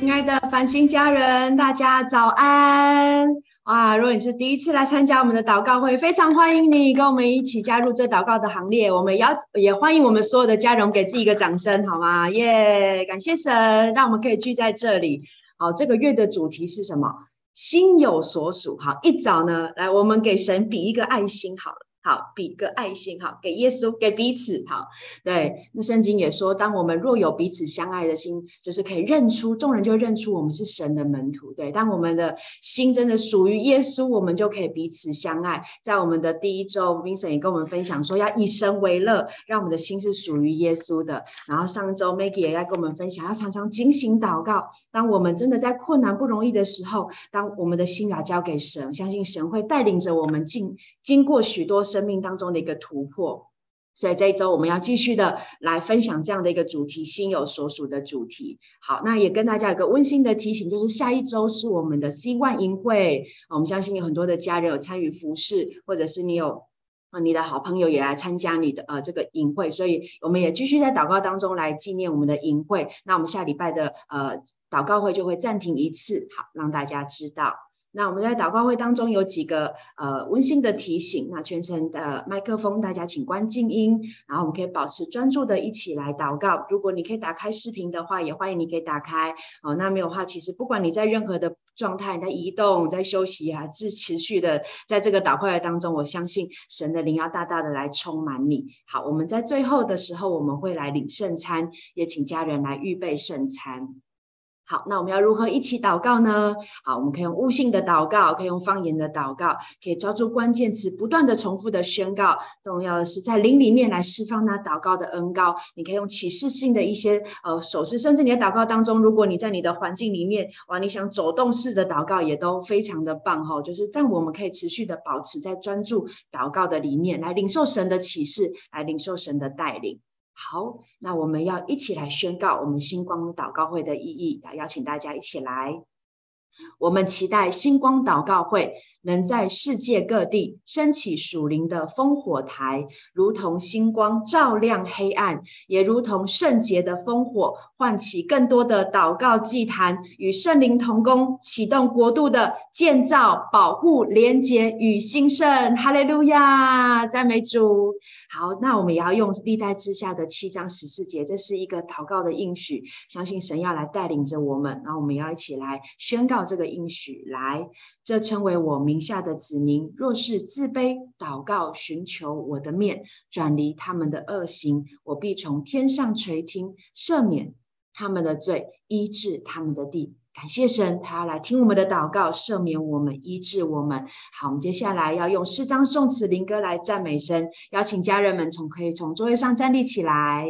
亲爱的繁星家人，大家早安！哇，如果你是第一次来参加我们的祷告会，非常欢迎你跟我们一起加入这祷告的行列。我们也欢迎我们所有的家人，给自己一个掌声，好吗？耶！感谢神，让我们可以聚在这里。好，这个月的主题是什么？心有所属。好，一早呢，来，我们给神比一个爱心好了。好，比个爱心，好，给耶稣，给彼此，好，对。那圣经也说，当我们若有彼此相爱的心，就是可以认出，众人就认出我们是神的门徒。对，当我们的心真的属于耶稣，我们就可以彼此相爱。在我们的第一周 Vincent 也跟我们分享说，要以神为乐，让我们的心是属于耶稣的。然后上周 Maggie 也在跟我们分享，要常常警醒祷告。当我们真的在困难不容易的时候，当我们的心来交给神，相信神会带领着我们经过许多生命当中的一个突破。所以这一周我们要继续的来分享这样的一个主题，心有所属的主题。好，那也跟大家有个温馨的提醒，就是下一周是我们的 C1 营会。我们相信有很多的家人有参与服事，或者是你有你的好朋友也来参加你的这个营会，所以我们也继续在祷告当中来纪念我们的营会。那我们下礼拜的祷告会就会暂停一次，好，让大家知道。那我们在祷告会当中有几个温馨的提醒，那全程的麦克风大家请关静音，然后我们可以保持专注的一起来祷告。如果你可以打开视频的话，也欢迎你可以打开。那没有的话，其实不管你在任何的状态，你在移动，在休息啊，持续的在这个祷告会当中，我相信神的灵要大大的来充满你。好，我们在最后的时候我们会来领圣餐，也请家人来预备圣餐。好，那我们要如何一起祷告呢？好，我们可以用悟性的祷告，可以用方言的祷告，可以抓住关键词，不断的重复的宣告。重要的是在灵里面来释放那祷告的恩膏。你可以用启示性的一些手势，甚至你的祷告当中，如果你在你的环境里面，哇，你想走动式的祷告也都非常的棒哈。就是让我们可以持续的保持在专注祷告的里面，来领受神的启示，来领受神的带领。好，那我们要一起来宣告我们星光祷告会的意义，邀请大家一起来。我们期待星光祷告会能在世界各地升起属灵的烽火台，如同星光照亮黑暗，也如同圣洁的烽火唤起更多的祷告祭坛，与圣灵同工，启动国度的建造、保护、连结与兴盛。哈利路亚，赞美主。好，那我们也要用历代志下的7章14节，这是一个祷告的应许，相信神要来带领着我们，然后我们要一起来宣告这个应许。来，这称为我名下的子民，若是自卑祷告，寻求我的面，转离他们的恶行，我必从天上垂听，赦免他们的罪，医治他们的地。感谢神，他要来听我们的祷告，赦免我们，医治我们。好，我们接下来要用诗章、颂词、灵歌来赞美神，邀请家人们可以从座位上站立起来。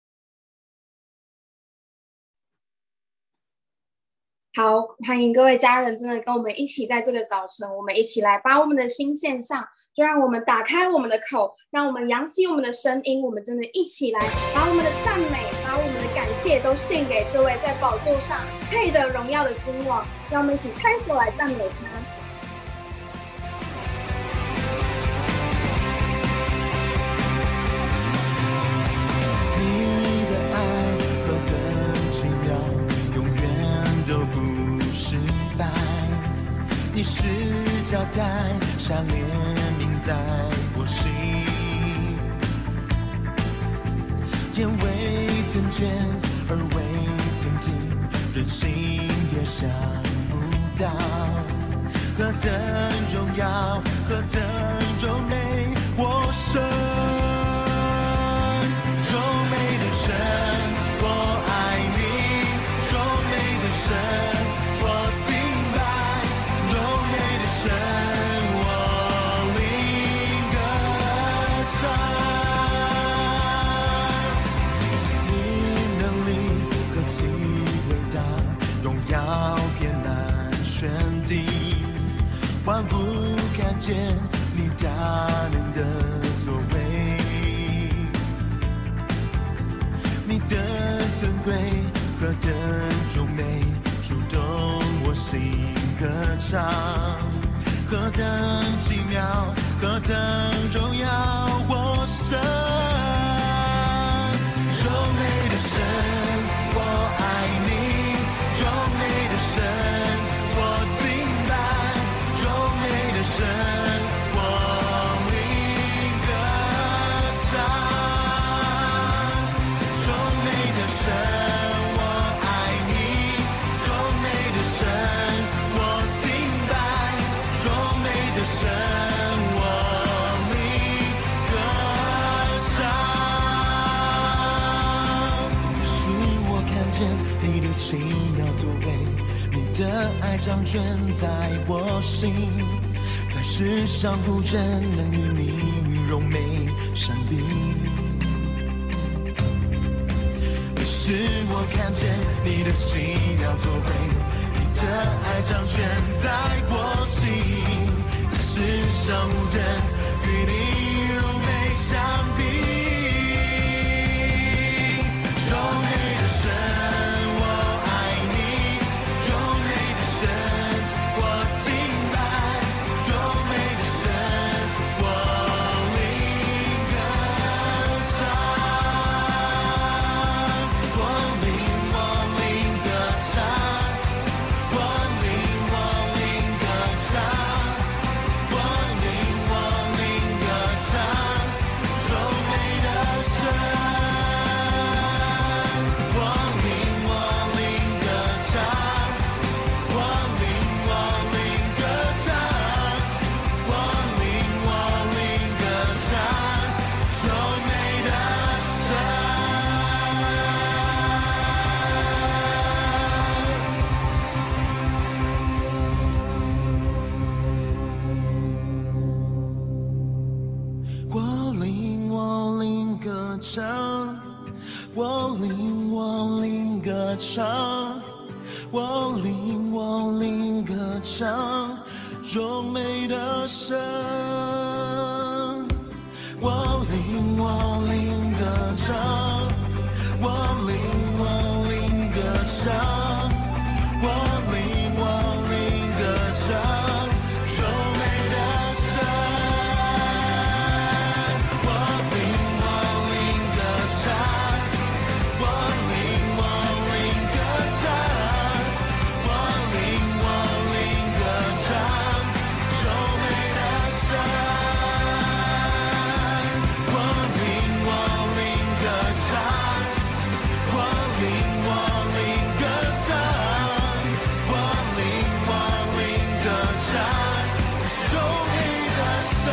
好，欢迎各位家人，真的跟我们一起在这个早晨，我们一起来把我们的心献上，就让我们打开我们的口，让我们扬起我们的声音，我们真的一起来把我们的赞美，把我们的感谢都献给这位在宝座上配得荣耀的君王，让我们一起开口来赞美他。 你是交代下怜悯在我心，眼未曾见，耳未曾听，人心也想不到，何等荣耀，何等柔美，我神，柔美的神，我爱你，柔美的神。万物看见你大能的作为，你的尊贵何等荣美，触动我心歌唱，何等奇妙，何等荣耀，我神，柔美的神，我爱你，柔美的神，我敬拜，荣美的神，我灵歌唱，荣美的神，我爱你，荣美的神，我敬拜，荣美的神，我灵歌唱。是我看见你的奇妙作为，你的爱掌权在我心，在世上无人能与你荣美相比。是我看见你的奇妙作为，你的爱掌权在我心，在世上无人与你荣美相比。荣美的神，我爱你，荣美的神，我敬拜，荣美的神，我灵歌唱，我灵歌唱，我灵歌唱，我灵歌唱，荣美的神。我灵歌唱，我灵歌唱，荣美的神。我灵歌唱，我灵歌唱，我灵歌唱，荣美的神。我灵歌唱。我灵歌唱，我灵歌唱，荣美的神。我灵歌唱，我灵歌唱，我灵歌唱，荣美的神。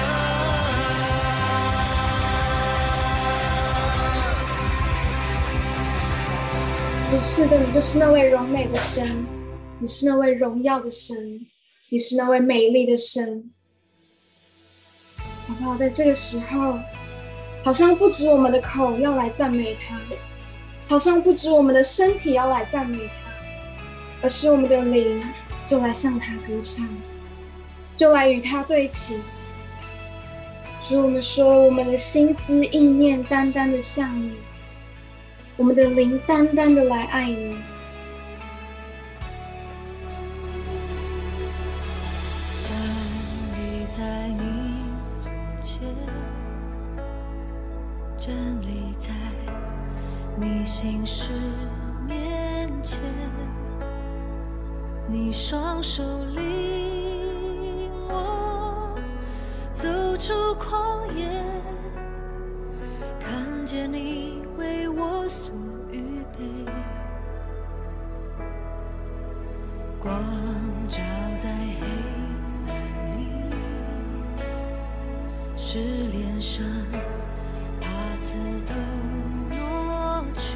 是的，你就是那位荣美的神，你是那位荣耀的神，你是那位美丽的神。好不好？在这个时候，好像不止我们的口要来赞美他，好像不止我们的身体要来赞美他，而是我们的灵就来向他歌唱，就来与他对齐。主，我们说，我们的心思意念单单的向你，我们的灵单单的来爱你。 站立在你左前，站立在你心事面前，你双手领我走出旷野，看见你为我所预备，光照在黑暗里，使脸上帕子都挪去，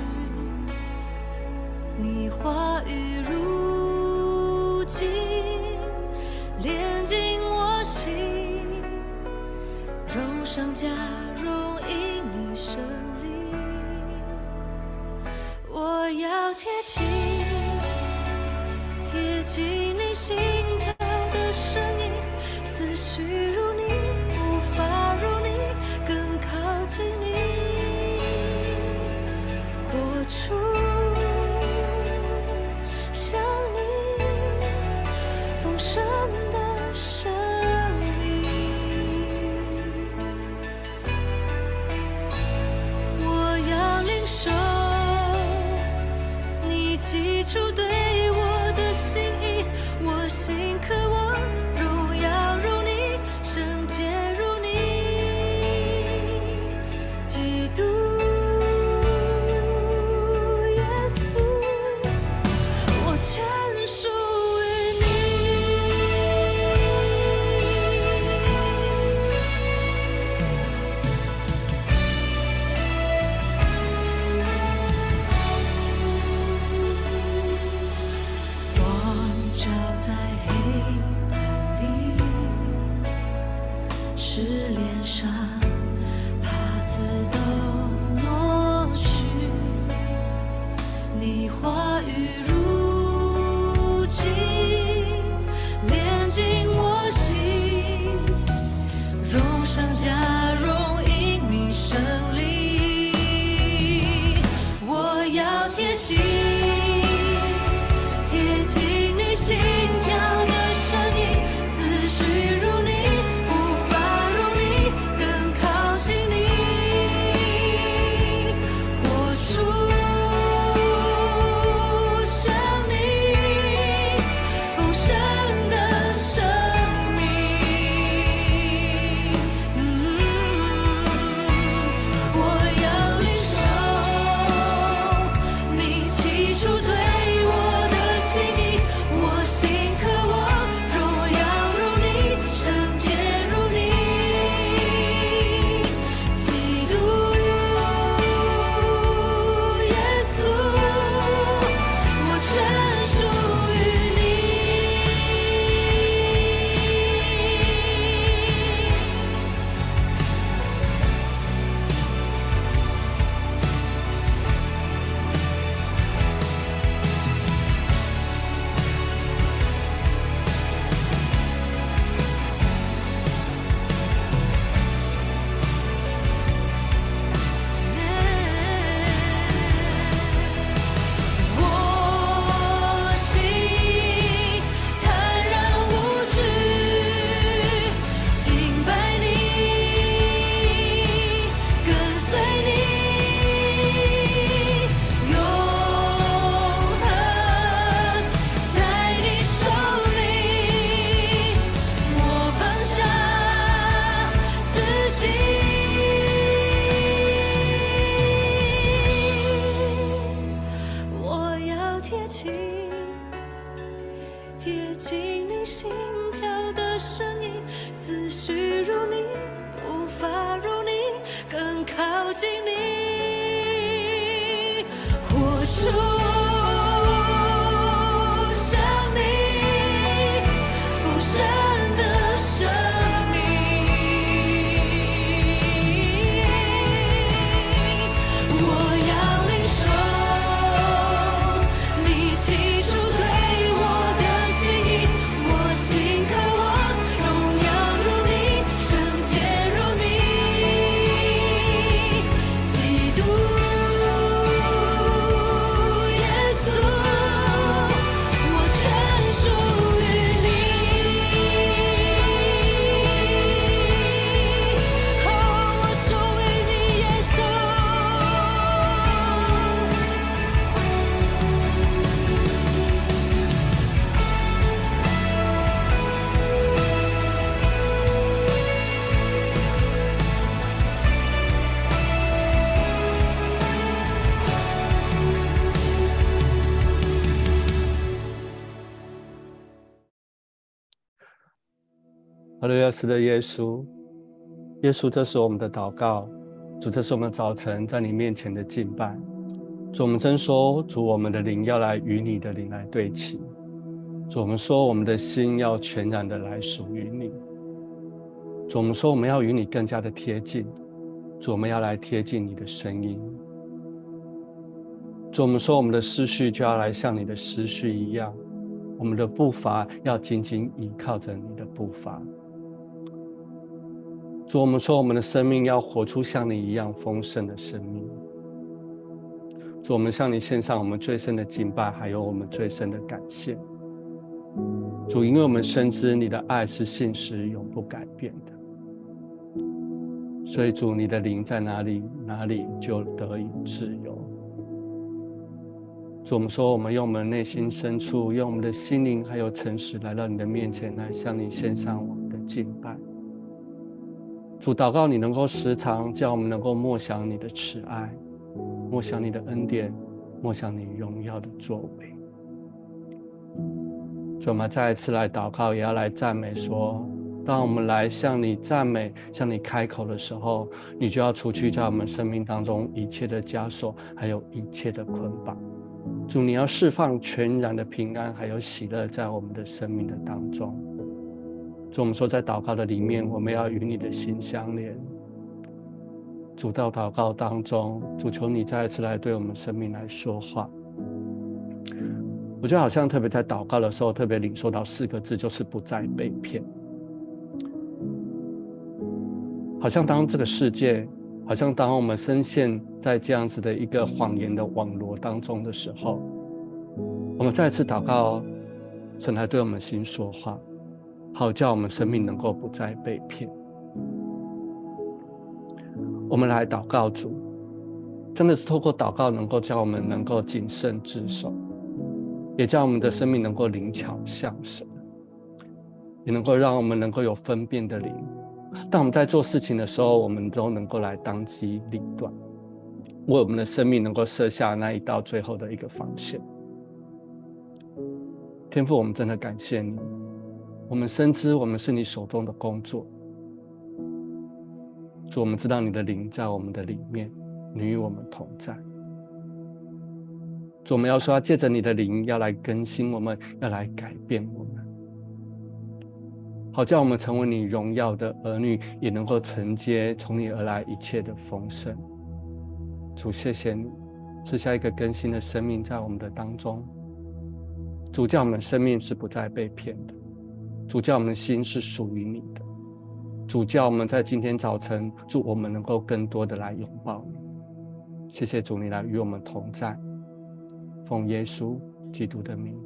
你话语如镜炼进我心，荣上加荣因你胜利，我要贴近你心跳的声音，思绪如你，步伐如你，更靠近你，活出像你丰盛的生命。我要领受你起初对我的心心跳的声音，思绪如你，步伐如你，更靠近你，活出像你丰盛的生命。我要领受你起初对我的心意，我心渴望荣耀如你，圣洁如你，基督耶稣，我全属于你。我心坦然无惧，敬拜你，跟随你，永恒在你手里，我放下自己。我要贴近你心跳的声音，思绪如你，步伐如你，更靠近你，活出像你丰盛的生命。我要领受你起初对我的心意，我心渴望荣耀如你，圣洁如你，基督耶稣，我全属于你。哦，我属于你，耶稣。 哈利路亚，是的，耶稣，耶稣，这是我们的祷告。主，这是我们早晨在你面前的敬拜。主，我们真说，主，我们的灵要来与你的灵来对齐。主，我们说，我们的心要全然的来属于你。主，我们说，我们要与你更加的贴近。主，我们要来贴近你的声音。主，我们说，我们的思绪就要来像你的思绪一样，我们的步伐要紧紧依靠着你的步伐。主，我们说，我们的生命要活出像你一样丰盛的生命。主，我们向你献上我们最深的敬拜，还有我们最深的感谢。主，因为我们深知你的爱是信实永不改变的，所以主，你的灵在哪里，哪里就得以自由。主，我们说，我们用我们内心深处，用我们的心灵还有诚实来到你的面前，来向你献上我们的敬拜。主，祷告你能够时常叫我们能够默想你的慈爱，默想你的恩典，默想你荣耀的作为。主，我们再一次来祷告，也要来赞美说，当我们来向你赞美，向你开口的时候，你就要除去在我们生命当中一切的枷锁，还有一切的捆绑。主，你要释放全然的平安还有喜乐在我们的生命的当中。主，我们说在祷告的里面，我们要与你的心相连。主，到祷告当中，主，求你再一次来对我们生命来说话。我觉得好像特别在祷告的时候，特别领受到4个字，就是不再被骗。好像当这个世界，好像当我们深陷在这样子的一个谎言的网罗当中的时候，我们再一次祷告， 神来对我们心说话，好叫我们生命能够不再被骗。我们来祷告主，真的是透过祷告能够叫我们能够谨慎自守，也叫我们的生命能够灵巧像神，也能够让我们能够有分辨的灵。当我们在做事情的时候，我们都能够来当机立断，为我们的生命能够设下那一道最后的一个防线。天父，我们真的感谢你，我们深知我们是你手中的工作。主，我们知道你的灵在我们的里面，你与我们同在。主，我们要说，借着你的灵要来更新我们，要来改变我们，好叫我们成为你荣耀的儿女，也能够承接从你而来一切的丰盛。主，谢谢你赐下一个更新的生命在我们的当中。主，叫我们生命是不再被骗的，主，叫我们的心是属于你的，主，叫我们在今天早晨，主，我们能够更多的来拥抱你。谢谢主，你来与我们同在，奉耶稣基督的名。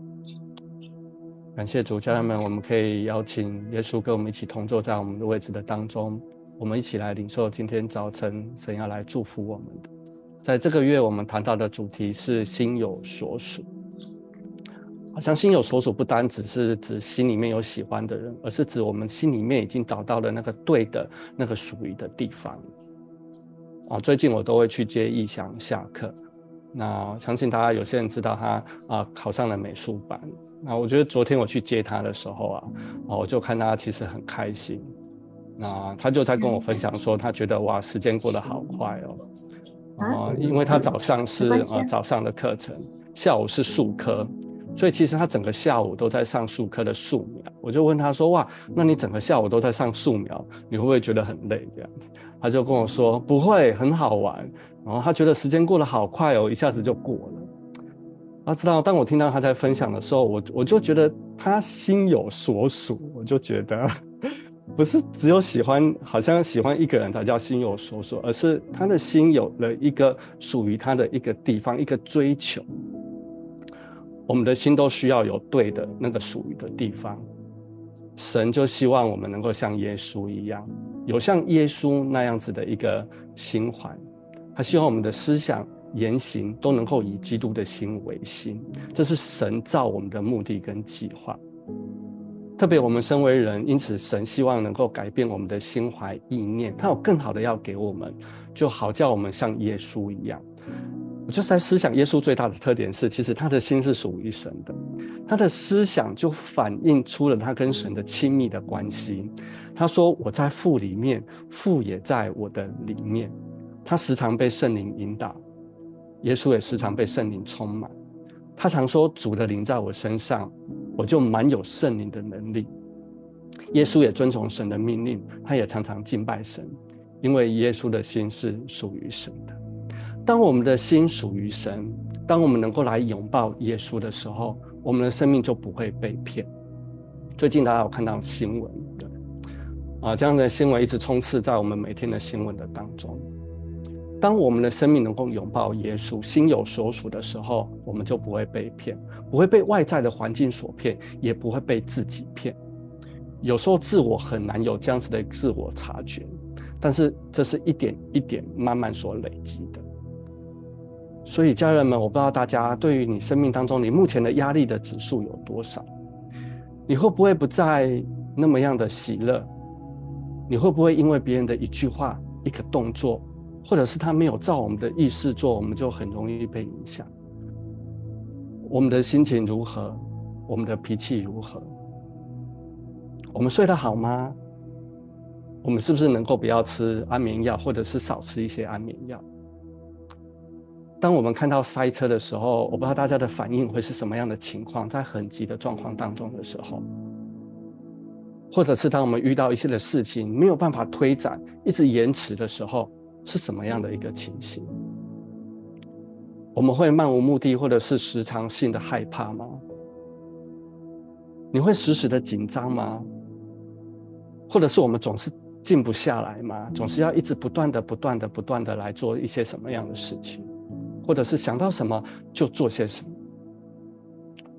感谢主，家人们，我们可以邀请耶稣跟我们一起同坐在我们的位置的当中，我们一起来领受今天早晨神要来祝福我们的。在这个月我们谈到的主题是心有所属。好像心有所属不单只是指心里面有喜欢的人，而是指我们心里面已经找到了那个对的那个属于的地方。最近我都会去接义翔下课，那相信大家有些人知道他考上了美术班。那我觉得昨天我去接他的时候我就看他其实很开心。那他就在跟我分享说，他觉得哇，时间过得好快因为他早上是早上的课程，下午是术科。所以其实他整个下午都在上术科的素描。我就问他说，哇，那你整个下午都在上素描，你会不会觉得很累这样子？他就跟我说不会，很好玩。然后他觉得时间过得好快一下子就过了。他知道当我听到他在分享的时候，我就觉得他心有所属。我就觉得不是只有喜欢，好像喜欢一个人才叫心有所属，而是他的心有了一个属于他的一个地方，一个追求。我们的心都需要有对的那个属于的地方。神就希望我们能够像耶稣一样，有像耶稣那样子的一个心怀。他希望我们的思想言行都能够以基督的心为心，这是神造我们的目的跟计划。特别我们身为人，因此神希望能够改变我们的心怀意念，他有更好的要给我们，就好叫我们像耶稣一样。我就是在思想耶稣最大的特点是，其实他的心是属于神的，他的思想就反映出了他跟神的亲密的关系。他说，我在父里面，父也在我的里面。他时常被圣灵引导，耶稣也时常被圣灵充满。他常说，主的灵在我身上，我就满有圣灵的能力。耶稣也遵从神的命令，他也常常敬拜神，因为耶稣的心是属于神的。当我们的心属于神，当我们能够来拥抱耶稣的时候，我们的生命就不会被骗。最近大家有看到新闻，对这样的新闻一直充斥在我们每天的新闻的当中。当我们的生命能够拥抱耶稣，心有所属的时候，我们就不会被骗，不会被外在的环境所骗，也不会被自己骗。有时候自我很难有这样子的自我察觉，但是这是一点一点慢慢所累积的。所以家人们，我不知道大家对于你生命当中你目前的压力的指数有多少，你会不会不再那么样的喜乐？你会不会因为别人的一句话一个动作，或者是他没有照我们的意思做，我们就很容易被影响？我们的心情如何？我们的脾气如何？我们睡得好吗？我们是不是能够不要吃安眠药，或者是少吃一些安眠药？当我们看到塞车的时候，我不知道大家的反应会是什么样的情况，在很急的状况当中的时候，或者是当我们遇到一些的事情没有办法推展，一直延迟的时候，是什么样的一个情形？我们会漫无目的或者是时常性的害怕吗？你会时时的紧张吗？或者是我们总是静不下来吗？总是要一直不断的来做一些什么样的事情，或者是想到什么就做些什么，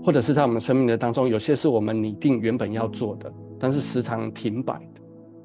或者是在我们生命的当中，有些是我们拟定原本要做的，但是时常停摆的。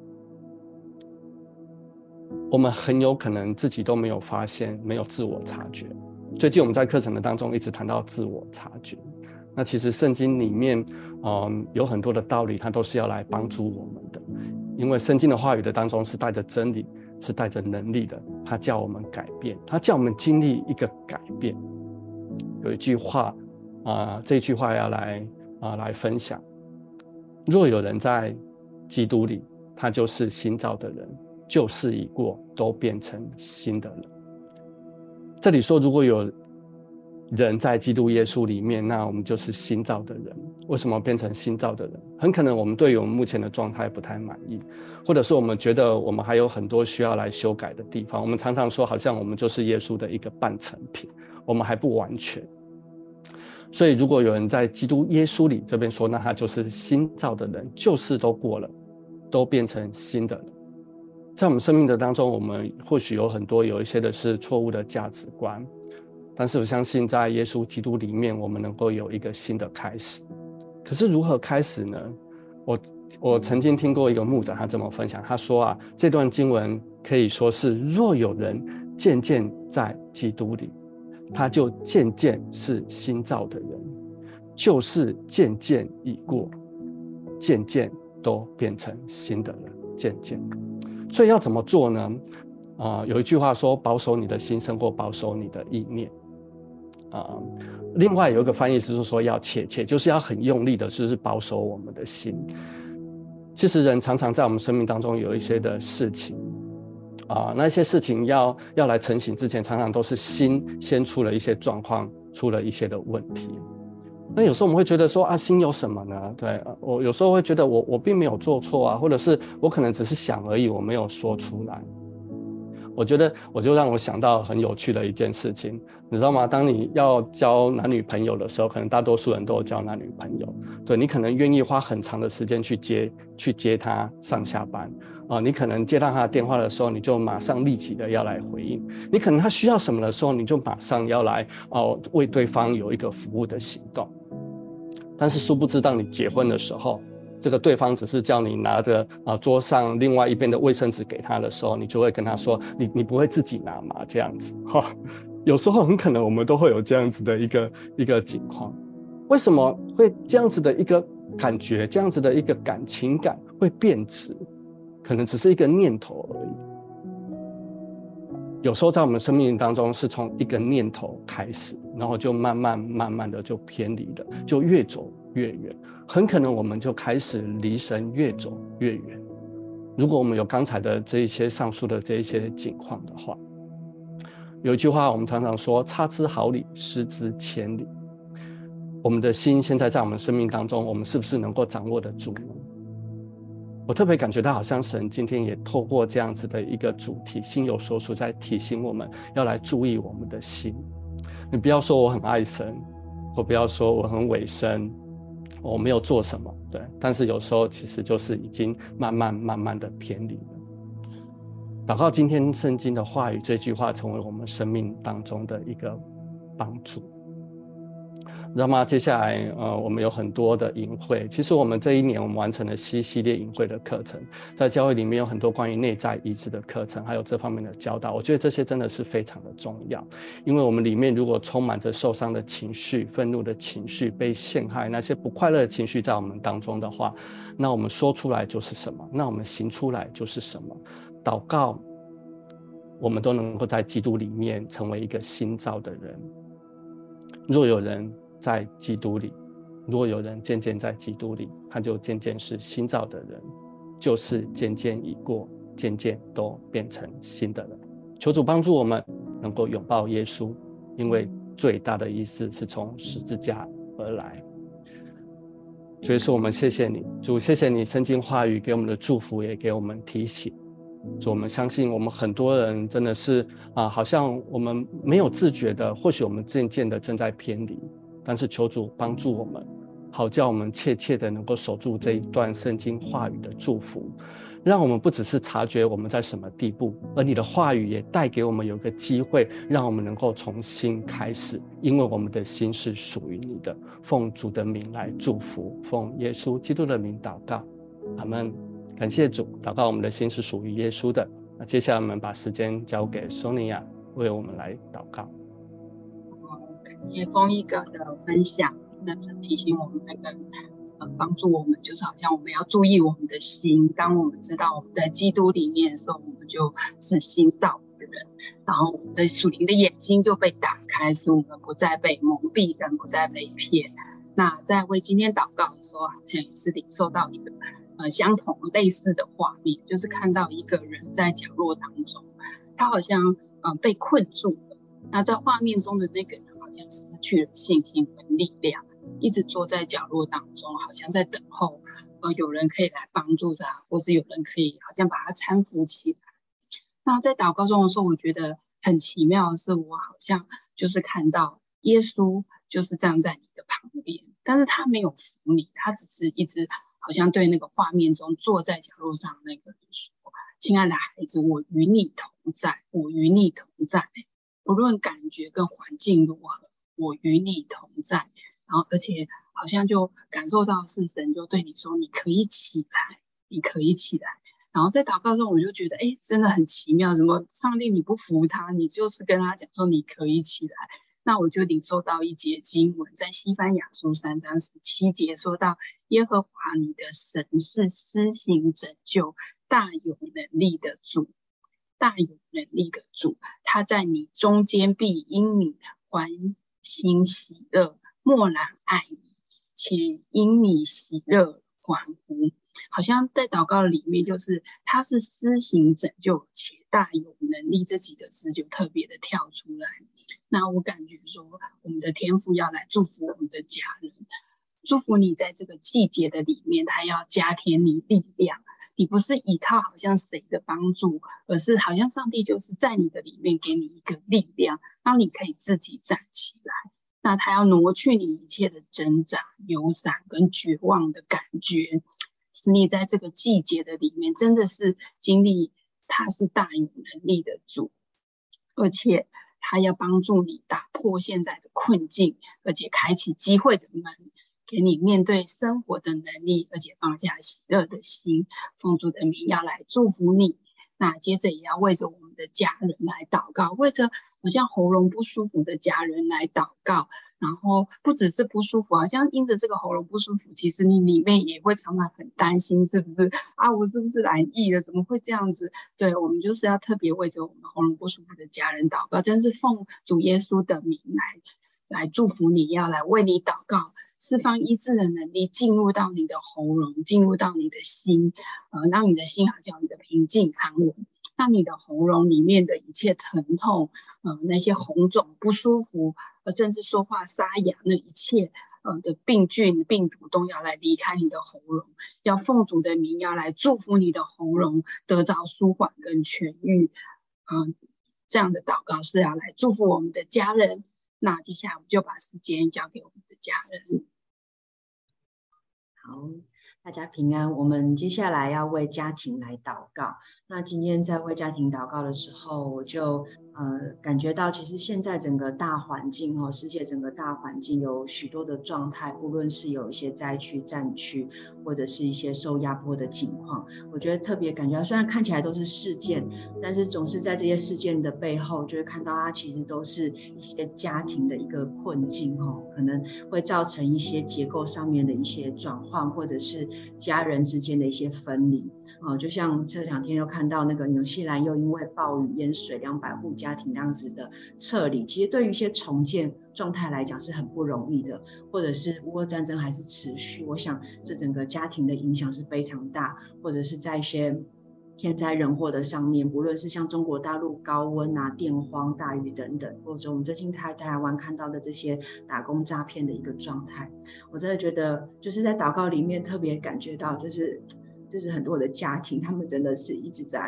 我们很有可能自己都没有发现，没有自我察觉。最近我们在课程的当中一直谈到自我察觉，那其实圣经里面有很多的道理，它都是要来帮助我们的，因为圣经的话语的当中是带着真理，是带着能力的，它叫我们改变，它叫我们经历一个改变。有一句话这一句话要来分享，若有人在基督里，他就是新造的人，旧事已过，都变成新的人。这里说如果有人在基督耶稣里面，那我们就是新造的人。为什么变成新造的人？很可能我们对于我们目前的状态不太满意，或者是我们觉得我们还有很多需要来修改的地方。我们常常说好像我们就是耶稣的一个半成品，我们还不完全。所以如果有人在基督耶稣里，这边说那他就是新造的人，旧事都过了，都变成新的人。在我们生命的当中，我们或许有很多有一些的是错误的价值观，但是我相信在耶稣基督里面，我们能够有一个新的开始。可是如何开始呢？我曾经听过一个牧长他这么分享，他说这段经文可以说是若有人渐渐在基督里，他就渐渐是新造的人，旧事渐渐已过，渐渐都变成新的人，渐渐。所以要怎么做呢？有一句话说，保守你的心胜过保守你的意念。另外有一个翻译是说要切，就是要很用力的，就是保守我们的心。其实人常常在我们生命当中有一些的事情那些事情要来成型之前，常常都是心先出了一些状况，出了一些的问题。那有时候我们会觉得说心有什么呢？对，我有时候会觉得我并没有做错或者是我可能只是想而已，我没有说出来。我觉得我就让我想到很有趣的一件事情，你知道吗？当你要交男女朋友的时候，可能大多数人都有交男女朋友，对，你可能愿意花很长的时间去接他上下班你可能接到他的电话的时候，你就马上立即的要来回应，你可能他需要什么的时候，你就马上要来为对方有一个服务的行动。但是殊不知，当你结婚的时候，这个对方只是叫你拿着桌上另外一边的卫生纸给他的时候，你就会跟他说你不会自己拿吗？这样子有时候很可能我们都会有这样子的一个情况。为什么会这样子的一个感觉，这样子的一个情感会变质？可能只是一个念头而已。有时候在我们生命当中是从一个念头开始，然后就慢慢的就偏离了，就越走越远，很可能我们就开始离神越走越远。如果我们有刚才的这一些上述的这一些情况的话，有一句话我们常常说，差之毫厘，失之千里。我们的心现在在我们生命当中，我们是不是能够掌握得住呢？我特别感觉到好像神今天也透过这样子的一个主题，心有所属，在提醒我们要来注意我们的心。你不要说我很爱神，或不要说我很委身，我没有做什么，对，但是有时候其实就是已经慢慢的偏离了。祷告今天圣经的话语，这句话成为我们生命当中的一个帮助。你知道吗？接下来我们有很多的营会，其实我们这一年我们完成了C系列营会的课程，在教会里面有很多关于内在医治的课程，还有这方面的教导。我觉得这些真的是非常的重要，因为我们里面如果充满着受伤的情绪、愤怒的情绪、被陷害那些不快乐的情绪在我们当中的话，那我们说出来就是什么，那我们行出来就是什么。祷告我们都能够在基督里面成为一个新造的人。若有人在基督里，若有人渐渐在基督里，他就渐渐是新造的人，旧事渐渐已过，渐渐都变成新的人。求主帮助我们能够拥抱耶稣，因为最大的意思是从十字架而来。主耶稣，我们谢谢你，主，谢谢你圣经话语给我们的祝福，也给我们提醒。主，我们相信我们很多人真的是好像我们没有自觉的，或许我们渐渐的正在偏离，但是求主帮助我们，好叫我们切切的能够守住这一段圣经话语的祝福， 让我们不只是察觉我们在什么地步，而你的话语也带给我们有个机会，让我们能够重新开始，因为我们的心是属于你的。奉主的名来祝福，奉耶稣基督的名祷告，阿们。感谢主，祷告我们的心是属于耶稣的。那接下来我们把时间交给索尼娅，为我们来祷告。 感谢丰一哥的分享，那这提醒我们那个帮助我们，就是好像我们要注意我们的心。当我们知道我们在基督里面的时候，我们就是新造的人，然后我们的属灵的眼睛就被打开，使我们不再被蒙蔽，更不再被骗。那在为今天祷告的时候，好像也是领受到一个相同类似的画面，就是看到一个人在角落当中，他好像被困住了。那在画面中的那个人好像失去了信心跟力量，一直坐在角落当中，好像在等候有人可以来帮助他，或是有人可以好像把他搀扶起来。那在祷告中的时候，我觉得很奇妙的是，我好像就是看到耶稣就是站在你的旁边，但是他没有扶你，他只是一直好像对那个画面中坐在角落上那个人说：亲爱的孩子，我与你同在，我与你同在，不论感觉跟环境如何，我与你同在。然后而且好像就感受到是神就对你说，你可以起来，你可以起来。然后在祷告中我就觉得真的很奇妙，怎么上帝你不服他，你就是跟他讲说你可以起来。那我就领受到一节经文，在西番雅书3章17节说到，耶和华你的神是施行拯救、大有能力的主，大有能力的主，他在你中间必因你欢欣喜乐，默然爱你，且因你喜乐欢呼。好像在祷告里面，就是他是施行拯救且大有能力这几个字就特别的跳出来。那我感觉说，我们的天父要来祝福我们的家人，祝福你在这个季节的里面，他要加添你力量。你不是依靠好像谁的帮助，而是好像上帝就是在你的里面给你一个力量，让你可以自己站起来。那他要挪去你一切的挣扎、忧伤跟绝望的感觉，使你在这个季节的里面真的是经历他是大有能力的主，而且他要帮助你打破现在的困境，而且开启机会的门，给你面对生活的能力，而且放下喜乐的心。奉主的名要来祝福你。那接着也要为着我们的家人来祷告，为着好像喉咙不舒服的家人来祷告。然后不只是不舒服，好像因着这个喉咙不舒服，其实你里面也会常常很担心，是不是我是不是染疫了，怎么会这样子。对，我们就是要特别为着我们喉咙不舒服的家人祷告，真是奉主耶稣的名来祝福你，要来为你祷告，释放医治的能力进入到你的喉咙，进入到你的心，让你的心好像有一个平静安稳，让你的喉咙里面的一切疼痛，那些红肿不舒服，甚至说话沙哑，那一切的病菌病毒都要来离开你的喉咙，要奉主的名要来祝福你的喉咙得着舒缓跟痊愈。这样的祷告是要来祝福我们的家人。那接下来我们就把时间交给我们的家人。 好，大家平安。我们接下来要为家庭来祷告。那今天在为家庭祷告的时候，我就感觉到其实现在整个大环境世界整个大环境有许多的状态，不论是有一些灾区战区，或者是一些受压迫的情况，我觉得特别感觉到，虽然看起来都是事件，但是总是在这些事件的背后，就会看到它其实都是一些家庭的一个困境可能会造成一些结构上面的一些转换，或者是家人之间的一些分离。就像这2天又看到那个纽西兰又因为暴雨淹水200户家庭这样子的撤离，其实对于一些重建状态来讲是很不容易的，或者是乌俄战争还是持续，我想这整个家庭的影响是非常大，或者是在一些天灾人祸的上面，不论是像中国大陆高温电荒大雨等等，或者我们最近台湾看到的这些打工诈骗的一个状态，我真的觉得就是在祷告里面特别感觉到就是很多的家庭他们真的是一直在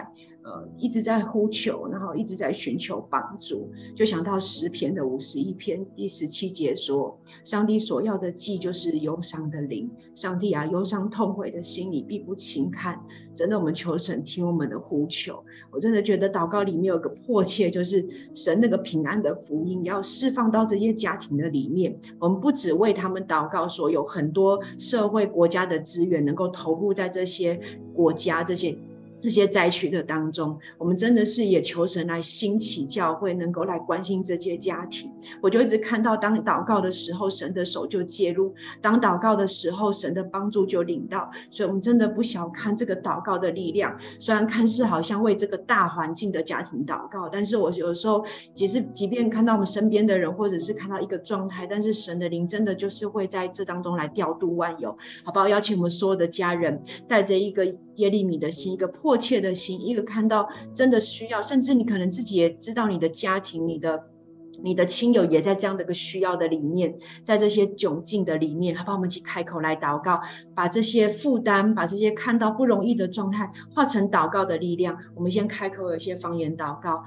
一直在呼求，然后一直在寻求帮助。就想到诗篇的51篇第17节说，上帝所要的祭就是忧伤的灵，上帝啊，忧伤痛悔的心你必不轻看。真的，我们求神听我们的呼求。我真的觉得祷告里面有个迫切，就是神那个平安的福音要释放到这些家庭的里面。我们不只为他们祷告，说有很多社会国家的资源能够投入在这些国家这些灾区的当中，我们真的是也求神来兴起教会，能够来关心这些家庭。我就一直看到，当祷告的时候，神的手就介入；当祷告的时候，神的帮助就领到。所以，我们真的不小看这个祷告的力量。虽然看似好像为这个大环境的家庭祷告，但是我有时候即便看到我们身边的人，或者是看到一个状态，但是神的灵真的就是会在这当中来调度万有，好不好？邀请我们所有的家人，带着一个耶利米的心，一个迫切的心，一个看到真的需要，甚至你可能自己也知道你的家庭，你的亲友也在这样的一个需要的里面，在这些窘境的里面，好不好？我们一起开口来祷告，把这些负担，把这些看到不容易的状态化成祷告的力量。我们先开口有一些方言祷告，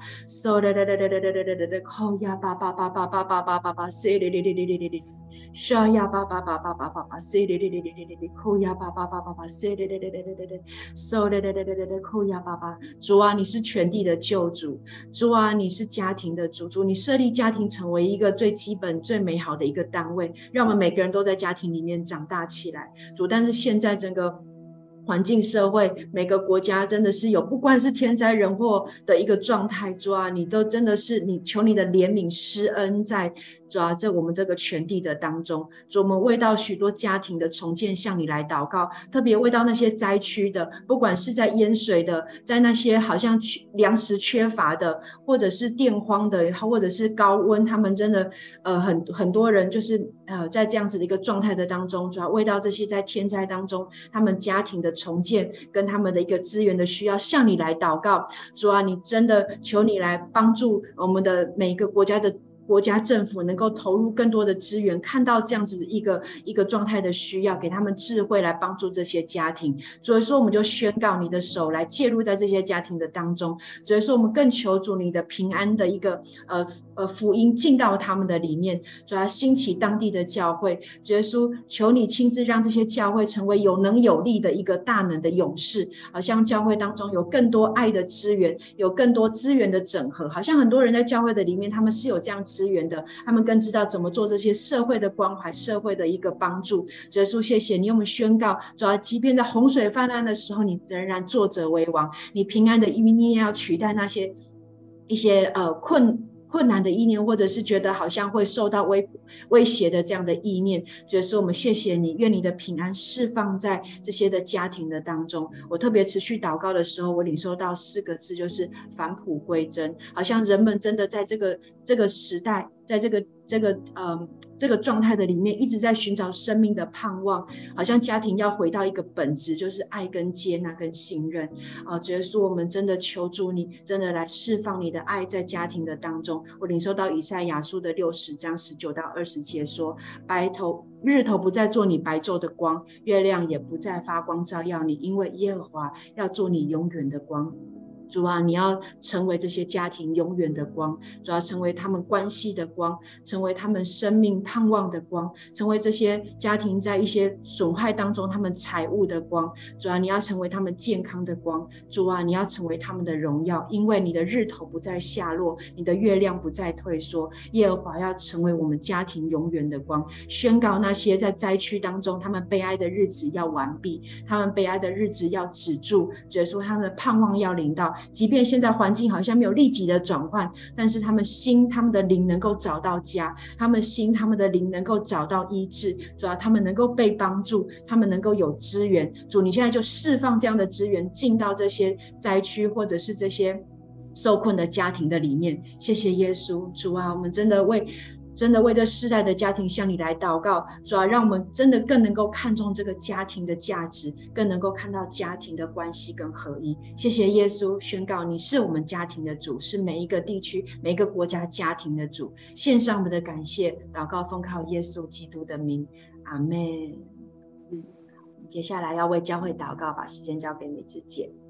沙呀巴巴巴巴巴巴巴，塞嘞嘞嘞嘞嘞嘞，扣呀巴巴巴巴巴，塞嘞嘞嘞嘞嘞嘞嘞，收嘞嘞嘞嘞嘞嘞，扣呀巴巴。主啊，你是全地的救主，主啊，你是家庭的主，主你设立家庭成为一个最基本、最美好的一个单位，让我们每个人都在家庭里面长大起来。主，但是现在整个环境社会每个国家真的是有不管是天灾人祸的一个状态，主啊，你都真的是你求你的怜悯施恩在主啊，在我们这个全地的当中。主，我们为到许多家庭的重建向你来祷告，特别为到那些灾区的，不管是在淹水的，在那些好像粮食缺乏的，或者是电荒的，或者是高温，他们真的很多人就是在这样子的一个状态的当中，主要为到这些在天灾当中他们家庭的重建跟他们的一个资源的需要向你来祷告。主啊，你真的求你来帮助我们的每一个国家政府能够投入更多的资源，看到这样子一个状态的需要，给他们智慧来帮助这些家庭。所以说我们就宣告你的手来介入在这些家庭的当中。所以说我们更求主你的平安的一个福音进到他们的里面，主要兴起当地的教会。主耶稣，求你亲自让这些教会成为有能有力的一个大能的勇士，好像教会当中有更多爱的资源，有更多资源的整合。好像很多人在教会的里面他们是有这样资源的，他们更知道怎么做这些社会的关怀，社会的一个帮助。主耶稣，谢谢你，我们宣告，主要即便在洪水泛滥的时候，你仍然坐着为王，你平安的意念要取代那些一些困难的意念，或者是觉得好像会受到威胁的这样的意念。所以说我们谢谢你，愿你的平安释放在这些的家庭的当中。我特别持续祷告的时候，我领受到4个字，就是返璞归真。好像人们真的在这个时代，在这个状态的里面一直在寻找生命的盼望，好像家庭要回到一个本质，就是爱跟接纳跟信任。主耶稣，我们真的求助你，真的来释放你的爱在家庭的当中。我领受到以赛亚书的60章19到20节说，日头不再做你白昼的光，月亮也不再发光照耀你，因为耶和华要做你永远的光。主啊，你要成为这些家庭永远的光，主要成为他们关系的光，成为他们生命盼望的光，成为这些家庭在一些损害当中他们财物的光。主啊，你要成为他们健康的光，主啊，你要成为他们的荣耀，因为你的日头不再下落，你的月亮不再退缩。耶和华要成为我们家庭永远的光，宣告那些在灾区当中他们悲哀的日子要完毕，他们悲哀的日子要止住。主耶稣，他们的盼望要临到，即便现在环境好像没有立即的转换，但是他们心他们的灵能够找到家，他们心他们的灵能够找到医治。主啊，他们能够被帮助，他们能够有资源。主，你现在就释放这样的资源进到这些灾区或者是这些受困的家庭的里面。谢谢耶稣。主啊，我们真的为这世代的家庭向你来祷告。主啊，让我们真的更能够看重这个家庭的价值，更能够看到家庭的关系跟合一。谢谢耶稣，宣告你是我们家庭的主，是每一个地区每一个国家家庭的主。献上我们的感谢祷告，奉靠耶稣基督的名，阿们。接下来要为教会祷告，把时间交给美智姐。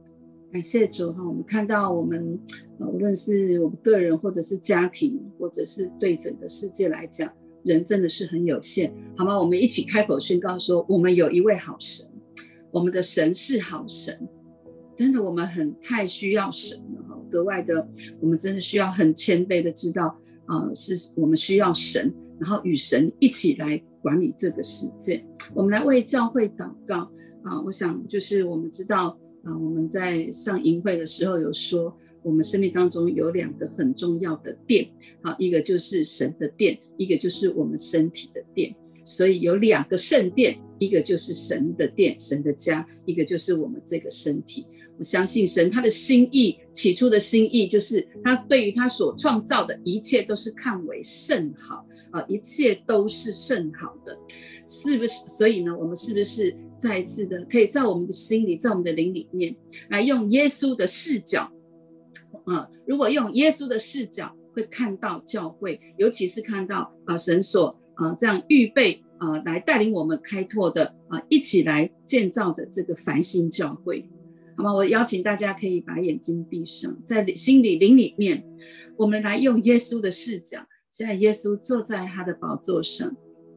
感谢主哈，我们看到我们无论是我们个人或者是家庭，或者是对整个世界来讲，人真的是很有限，好吗？我们一起开口宣告说，我们有一位好神，我们的神是好神，真的我们太需要神了哈，格外的我们真的需要很谦卑的知道是我们需要神，然后与神一起来管理这个世界。我们来为教会祷告我想就是我们知道我们在上营会的时候有说，我们生命当中有2个很重要的殿一个就是神的殿，一个就是我们身体的殿，所以有2个圣殿，一个就是神的殿，神的家，一个就是我们这个身体。我相信神他的心意，起初的心意就是他对于他所创造的一切都是看为甚好一切都是甚好的，是不是？所以呢，我们是不是再一次的可以在我们的心里，在我们的灵里面来用耶稣的视角如果用耶稣的视角会看到教会，尤其是看到神所这样预备来带领我们开拓的一起来建造的这个繁星教会，好吗？我邀请大家可以把眼睛闭上，在心里灵里面，我们来用耶稣的视角。现在耶稣坐在他的宝座上，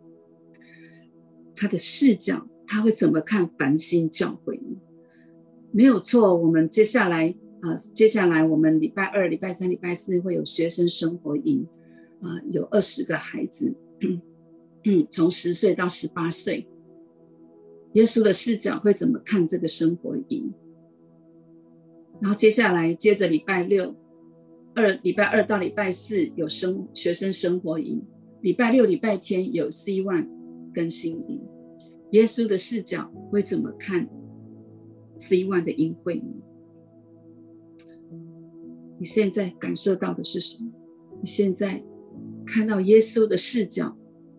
他的视角他会怎么看繁星教会呢？没有错，我们接下来我们礼拜2、礼拜3、礼拜4会有学生生活营有20个孩子从10岁到18岁，耶稣的视角会怎么看这个生活营？然后接着礼拜2到礼拜4有学生生活营，礼拜6、礼拜天有 C1 更新营，耶稣的视角会怎么看 C1 的营会呢？你现在感受到的是什么？你现在看到耶稣的视角，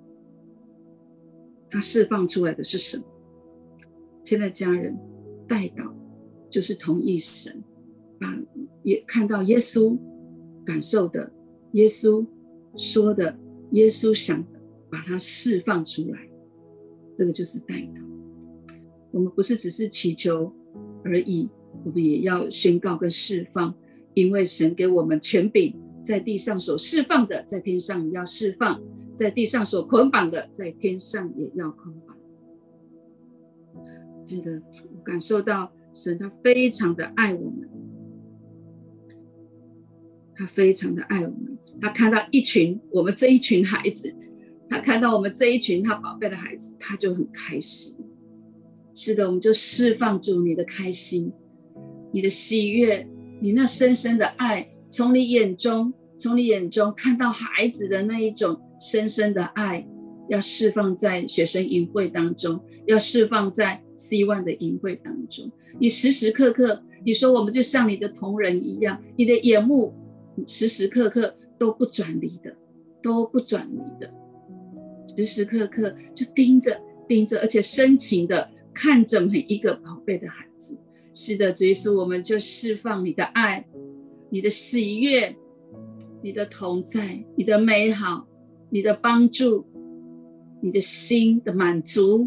他释放出来的是什么？现在家人代祷就是同意神，也看到耶稣感受的，耶稣说的，耶稣想的，把它释放出来，这个就是代祷。我们不是只是祈求而已，我们也要宣告跟释放，因为神给我们权柄，在地上所释放的，在天上也要释放，在地上所捆绑的，在天上也要捆绑。是的，我感受到神他非常的爱我们，他非常的爱我们，他看到我们这一群孩子，他看到我们这一群他宝贝的孩子，他就很开心。是的，我们就释放主你的开心，你的喜悦，你那深深的爱，从你眼中看到孩子的那一种深深的爱，要释放在学生营会当中，要释放在 C1 的营会当中。你时时刻刻，你说我们就像你的同人一样，你的眼目时时刻刻都不转离的，时时刻刻就盯着，而且深情的看着每一个宝贝的孩子。是的，主耶稣，我们就释放你的爱，你的喜悦，你的同在，你的美好，你的帮助，你的心的满足，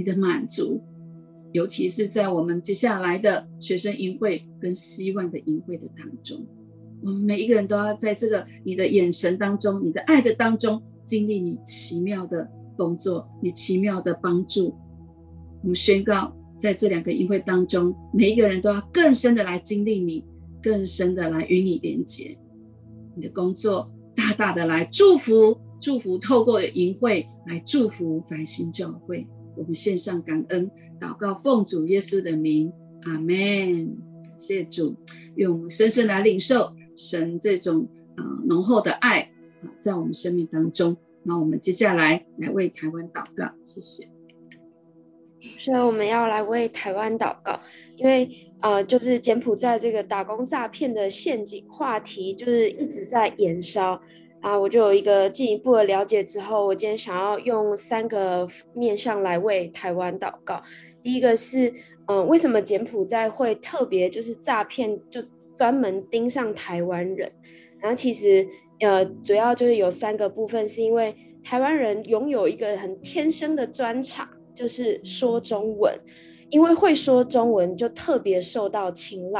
尤其是在我们接下来的学生营会跟C1的营会的当中，我们每一个人都要在这个你的眼神当中，你的爱的当中，经历你奇妙的工作，你奇妙的帮助。我们宣告，在这2个营会当中，每一个人都要更深的来经历你，更深的来与你连结。你的工作大大的来祝福，透过营会来祝福繁星教会。我们献上感恩祷告，奉主耶稣的名，阿们。谢谢主，愿我们深深来领受神这种浓厚的爱在我们生命当中。那我们接下来为台湾祷告，谢谢。 所以我们要来为台湾祷告，因为就是柬埔寨这个打工诈骗的陷阱话题就是一直在延烧我就有一个进一步的了解之后，我今天想要用3个面向来为台湾祷告。第一个是为什么柬埔寨会特别就是诈骗，就专门盯上台湾人？然后其实主要就是有3个部分，是因为台湾人拥有一个很天生的专长，就是说中文，因为会说中文就特别受到青睐。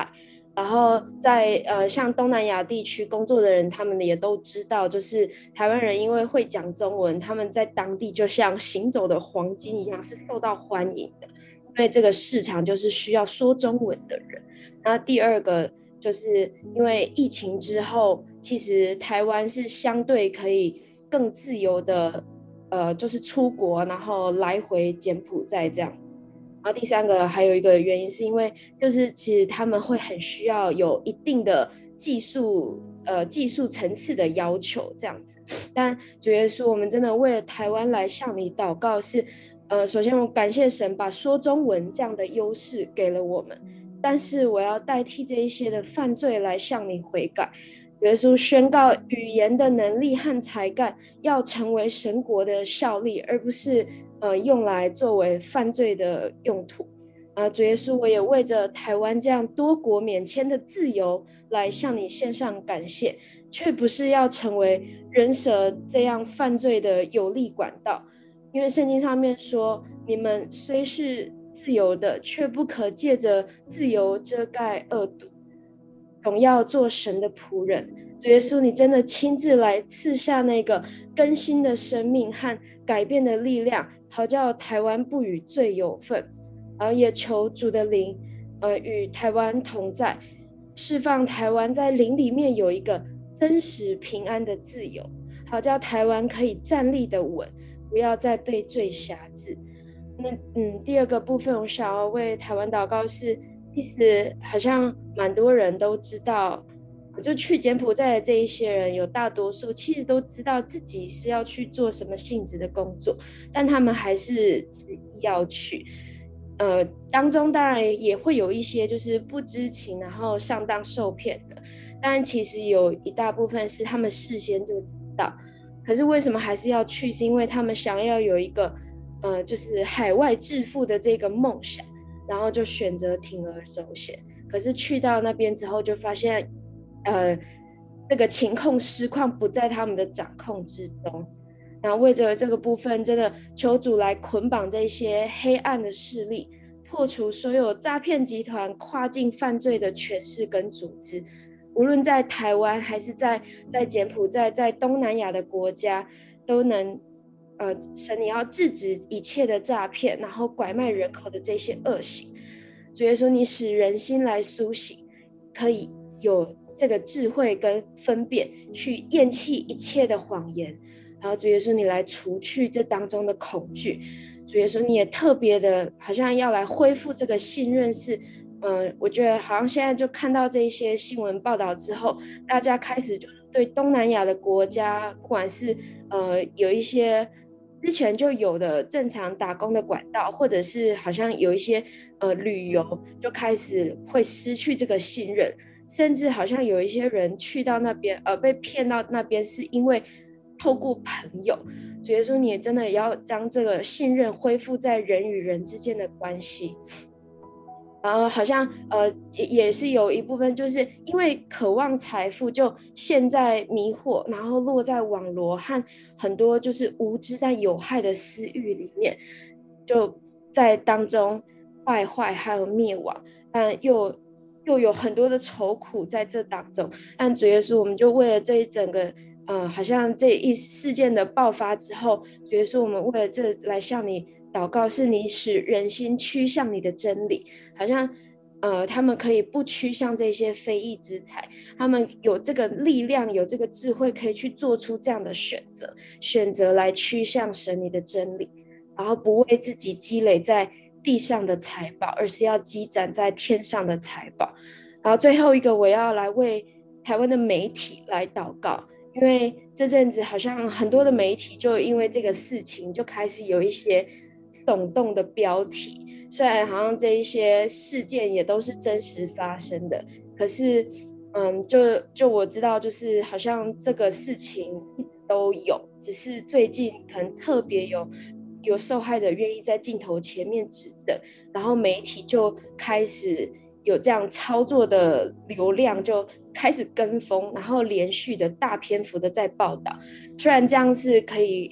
然后在像东南亚地区工作的人，他们也都知道，就是台湾人因为会讲中文，他们在当地就像行走的黄金一样，是受到欢迎的。因为这个市场就是需要说中文的人。那第二个就是因为疫情之后，其实台湾是相对可以更自由的，就是出国，然后来回柬埔寨这样。然后第三个还有一个原因是因为就是其实他们会很需要有一定的技术层次的要求这样子。但主耶稣，我们真的为了台湾来向你祷告，是首先我感谢神把说中文这样的优势给了我们，但是我要代替这一些的犯罪来向你悔改。耶稣宣告语言的能力和才干要成为神国的效力，而不是用来作为犯罪的用途。主耶稣，我也为着台湾这样多国免签的自由来向你献上感谢，却不是要成为人蛇这样犯罪的有力管道。因为圣经上面说，你们虽是自由的，却不可借着自由遮盖恶毒，总要做神的仆人。主耶稣，你真的亲自来赐下那个更新的生命和改变的力量，好叫台湾不与罪有份。然后也求主的灵与台湾同在，释放台湾在灵里面有一个真实平安的自由，好叫台湾可以站立的稳，不要再被罪辖制。第二个部分我想要为台湾祷告是，其实好像蛮多人都知道，就去柬埔寨的这一些人，有大多数其实都知道自己是要去做什么性质的工作，但他们还是执意要去。当中当然也会有一些就是不知情然后上当受骗的，但其实有一大部分是他们事先就知道，可是为什么还是要去？是因为他们想要有一个就是海外致富的这个梦想，然后就选择铤而走险。可是去到那边之后就发现这个情况失况不在他们的掌控之中。然后为着这个部分，真的求主来捆绑这些黑暗的势力，破除所有诈骗集团跨境犯罪的权势跟组织，无论在台湾还是在柬埔寨，在东南亚的国家，都能神你要制止一切的诈骗，然后拐卖人口的这些恶行。主耶稣，你使人心来苏醒，可以有这个智慧跟分辨，去厌弃一切的谎言。然后主耶稣，你来除去这当中的恐惧。主耶稣，你也特别的好像要来恢复这个信任，是我觉得好像现在就看到这一些新闻报道之后，大家开始就对东南亚的国家，不管是有一些之前就有的正常打工的管道，或者是好像有一些旅游，就开始会失去这个信任，甚至好像有一些人去到那边被骗到那边，是因为透过朋友。主耶稣，你也真的要将这个信任恢复在人与人之间的关系。好像也是有一部分就是因为渴望财富，就陷在迷惑，然后落在网罗和很多就是无知但有害的私欲里面，就在当中败坏还有灭亡，但又有很多的愁苦在这当中。但主耶稣，我们就为了这一整个好像这一事件的爆发之后，主耶稣，我们为了这来向你祷告，是你使人心趋向你的真理，好像他们可以不趋向这些非义之财，他们有这个力量，有这个智慧，可以去做出这样的选择来趋向神你的真理，然后不为自己积累在地上的财宝，而是要积攒在天上的财宝。然后最后一个，我要来为台湾的媒体来祷告，因为这阵子好像很多的媒体就因为这个事情就开始有一些耸动的标题，虽然好像这一些事件也都是真实发生的，可是就我知道，就是好像这个事情都有，只是最近可能特别有受害者愿意在镜头前面指认，然后媒体就开始有这样操作的流量，就开始跟风，然后连续的大篇幅的在报道。虽然这样是可以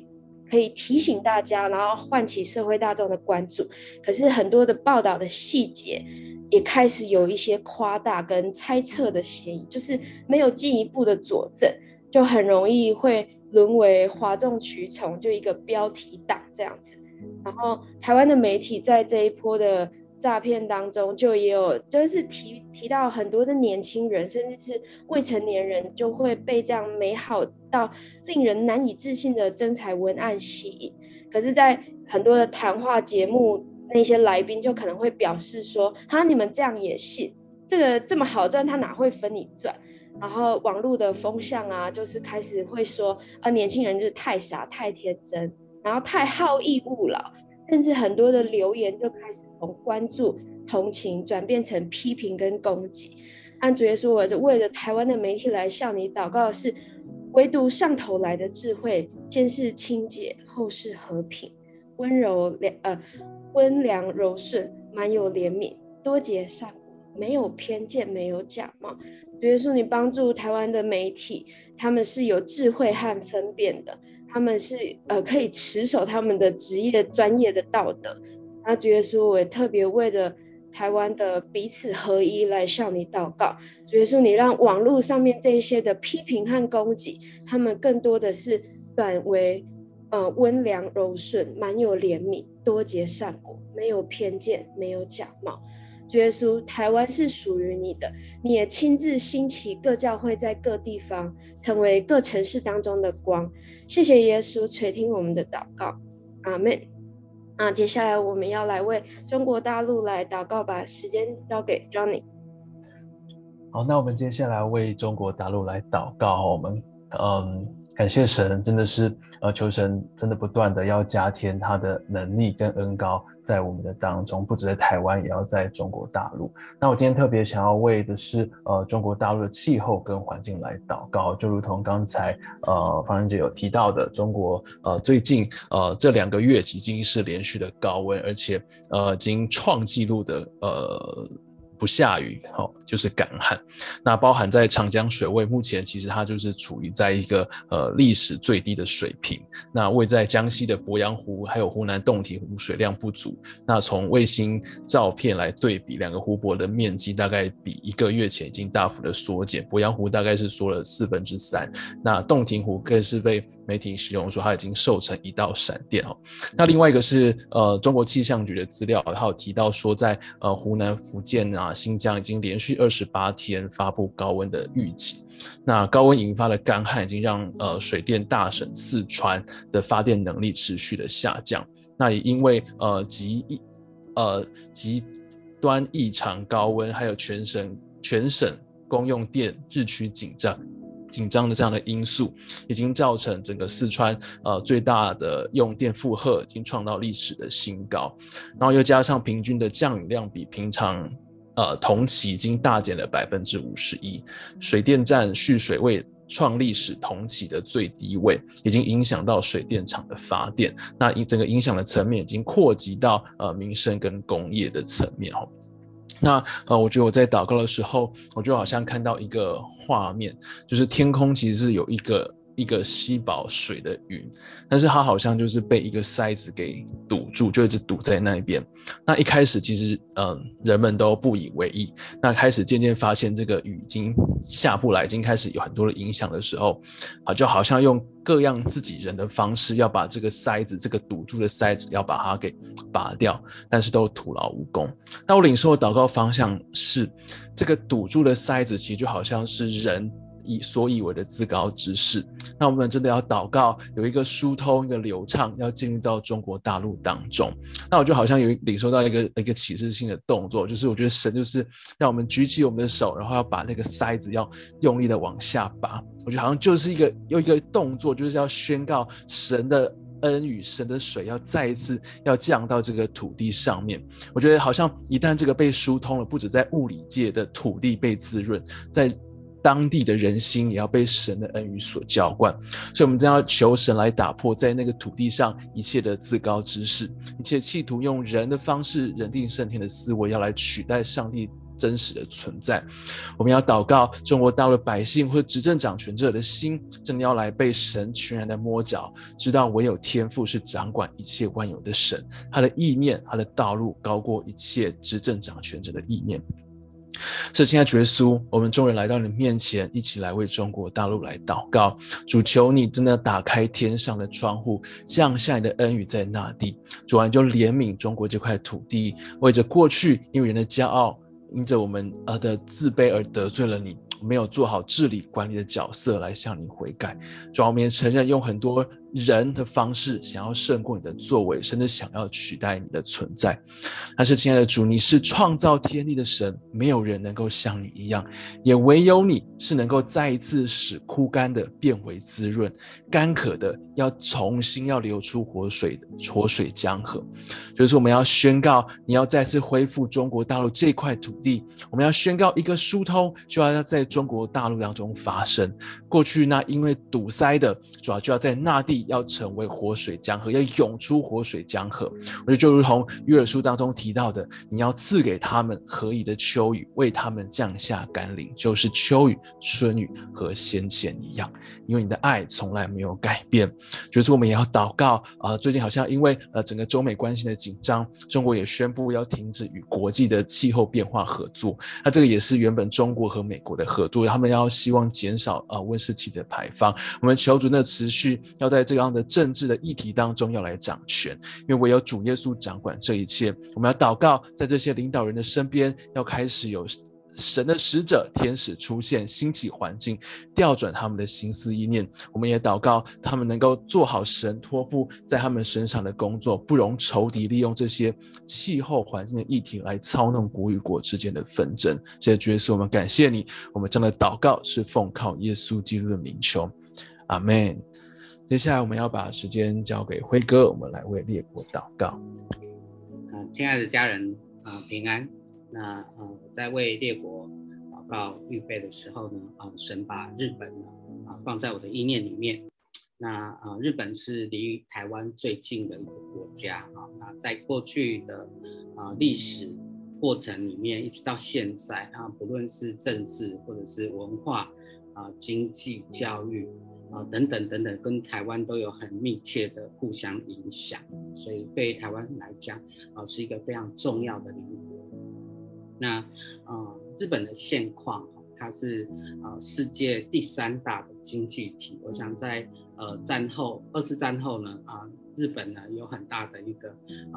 可以提醒大家，然后唤起社会大众的关注。可是很多的报道的细节也开始有一些夸大跟猜测的嫌疑，就是没有进一步的佐证，就很容易会沦为哗众取宠，就一个标题党这样子。然后台湾的媒体在这一波的诈骗当中，就也有就是提到很多的年轻人，甚至是未成年人，就会被这样美好到令人难以置信的征才文案吸引。可是在很多的谈话节目，那些来宾就可能会表示说，哈，你们这样也信？这个这么好赚，他哪会分你赚？然后网络的风向啊，就是开始会说，年轻人就是太傻太天真，然后太好逸恶劳，甚至很多的留言就开始从关注同情转变成批评跟攻击。按主耶稣，我为了台湾的媒体来向你祷告的是，唯独上头来的智慧，先是清洁，后是和平，温良柔顺，满有怜悯，多结善果，没有偏见，没有假冒。主耶稣，你帮助台湾的媒体，他们是有智慧和分辨的，他们是可以持守他们的职业专业的道德。那主耶稣，我也特别为了台湾的彼此合一来向你祷告。主耶稣，你让网络上面这些的批评和攻击，他们更多的是转为温良柔顺，满有怜悯，多结善果，没有偏见，没有假冒。主耶稣，台湾是属于你的，你也亲自兴起各教会在各地方，成为各城市当中的光。谢谢耶稣垂听我们的祷告，阿们。接下来我们要来为中国大陆来祷告，把时间交给 Johnny。 好，那我们接下来为中国大陆来祷告。我们感谢神，真的是求神真的不断的要加添他的能力跟恩膏在我们的当中，不只在台湾，也要在中国大陆。那我今天特别想要为的是中国大陆的气候跟环境来祷告，就如同刚才方仁姐有提到的，中国最近这2个月已经是连续的高温，而且已经创纪录的不下雨，就是干旱。那包含在长江水位，目前其实它就是处于在一个历史最低的水平。那位在江西的鄱阳湖还有湖南洞庭湖水量不足。那从卫星照片来对比，2个湖泊的面积大概比1个月前已经大幅的缩减。鄱阳湖大概是缩了3/4，那洞庭湖更是被媒体形容说它已经瘦成一道闪电。那另外一个是中国气象局的资料，它有提到说在湖南、福建新疆已经连续28天发布高温的预警。那高温引发的干旱已经让水电大省四川的发电能力持续的下降。那也因为极端异常高温，还有全省公用电日趋紧张的这样的因素，已经造成整个四川最大的用电负荷已经创到历史的新高。然后又加上平均的降雨量比平常同期已经大减了51%，水电站蓄水位创历史同期的最低位，已经影响到水电厂的发电。那整个影响的层面已经扩及到民生跟工业的层面。那我觉得我在祷告的时候，我就好像看到一个画面，就是天空其实是有一个吸饱水的云，但是它好像就是被一个塞子给堵住，就一直堵在那边。那一开始其实人们都不以为意，那开始渐渐发现这个雨已经下不来，已经开始有很多的影响的时候，就好像用各样自己人的方式要把这个塞子，这个堵住的塞子要把它给拔掉，但是都徒劳无功。那我领受的祷告方向是，这个堵住的塞子其实就好像是人所以为的自高之事。那我们真的要祷告有一个疏通，一个流畅，要进入到中国大陆当中。那我就好像有领受到一个启示性的动作，就是我觉得神就是让我们举起我们的手，然后要把那个塞子要用力的往下拔。我觉得好像就是有一个动作，就是要宣告神的恩雨，神的水要再一次要降到这个土地上面。我觉得好像一旦这个被疏通了，不止在物理界的土地被滋润，在当地的人心也要被神的恩雨所浇灌。所以我们真要求神来打破在那个土地上一切的自高之事，一切企图用人的方式、人定胜天的思维要来取代上帝真实的存在。我们要祷告中国大陆的百姓或执政掌权者的心，真的要来被神全然的摸着，知道唯有天父是掌管一切万有的神，他的意念他的道路高过一切执政掌权者的意念。是，亲爱的主耶稣，我们众人来到你的面前，一起来为中国大陆来祷告。主，求你真的打开天上的窗户，降下你的恩雨在那地。主啊，你就怜悯中国这块土地，为着过去因为人的骄傲，因着我们的自卑而得罪了你，没有做好治理管理的角色来向你悔改。主啊，我们也承认用很多人的方式想要胜过你的作为，甚至想要取代你的存在。但是亲爱的主，你是创造天地的神，没有人能够像你一样，也唯有你是能够再一次使枯干的变为滋润，干渴的要重新要流出活水江河。所以说我们要宣告，你要再次恢复中国大陆这块土地，我们要宣告一个疏通就要在中国大陆当中发生。过去那因为堵塞的，主要就要在那地要成为活水江河，要涌出活水江河。我觉得就如同约珥书当中提到的，你要赐给他们合宜的秋雨，为他们降下甘霖，就是秋雨、春雨和先前一样，因为你的爱从来没有改变。就是我们也要祷告最近好像因为整个中美关系的紧张，中国也宣布要停止与国际的气候变化合作。那这个也是原本中国和美国的合作，他们要希望减少温室气的排放。我们求主那持续要在这样的政治的议题当中要来掌权，因为唯有主耶稣掌管这一切。我们要祷告，在这些领导人的身边要开始有神的使者天使出现，兴起环境，调转他们的心思意念。我们也祷告他们能够做好神托付在他们身上的工作，不容仇敌利用这些气候环境的议题来操弄国与国之间的纷争。谢谢主耶稣，我们感谢你，我们这样的祷告是奉靠耶稣基督的名求，阿们。接下来我们要把时间交给辉哥，我们来为列国祷告。 亲爱的家人平安。那在为列国祷告预备的时候呢，神把日本呢放在我的意念里面。那日本是离台湾最近的一个国家那在过去的历史过程里面，一直到现在不论是政治或者是文化经济、教育等等等等，跟台湾都有很密切的互相影响，所以对于台湾来讲是一个非常重要的邻国。那日本的现况，它是世界第3大的经济体。我想在战后2次战后呢日本呢有很大的一个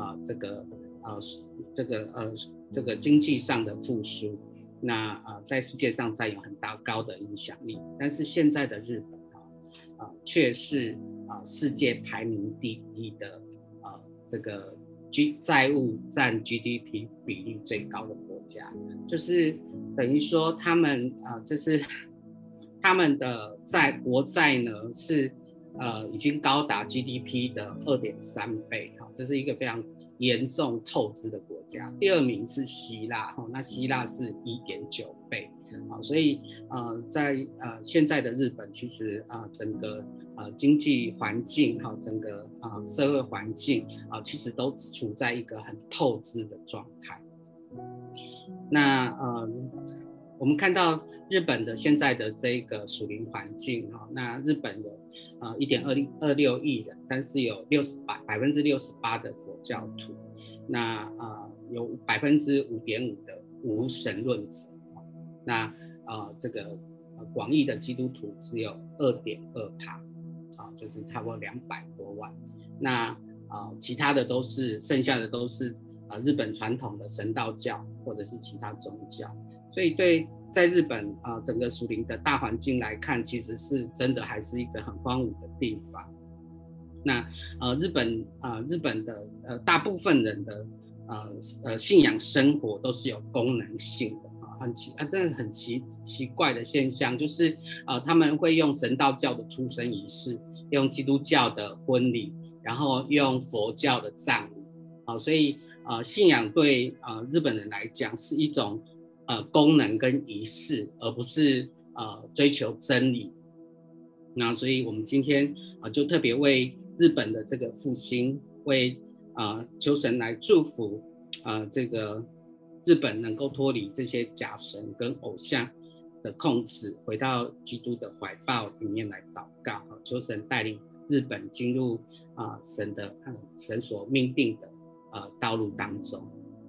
这个经济上的复苏，那在世界上占有很高的影响力。但是现在的日本却是世界排名第1的这个债务占 GDP 比例最高的国家，就是等于说他们就是他们的国债呢是已经高达 GDP 的 2.3 倍，这是一个非常严重透支的国家。第2名是希腊，那希腊是 1.9 倍。所以在现在的日本，其实整个经济环境整个社会环境其实都处在一个很透支的状态。那我们看到日本的现在的这个属灵环境那日本有1.26亿人，但是有68%的佛教徒，那有5.5%的无神论者。那这个广义的基督徒只有 2.2%，就是差不多200多万。那其他的剩下的都是日本传统的神道教或者是其他宗教。所以在日本整个属灵的大环境来看，其实是真的还是一个很荒芜的地方。那日本的大部分人的信仰生活都是有功能性的。真的很奇怪的现象，就是他们会用神道教的出生仪式，用基督教的婚礼，然后用佛教的葬礼所以信仰对日本人来讲是一种功能跟仪式，而不是追求真理。那所以我们今天就特别为日本的这个复兴，为求神来祝福这个日本能够脱离这些假神跟偶像的控制，回到基督的怀抱里面来祷告，求神带领日本进入神所命定的道路当中。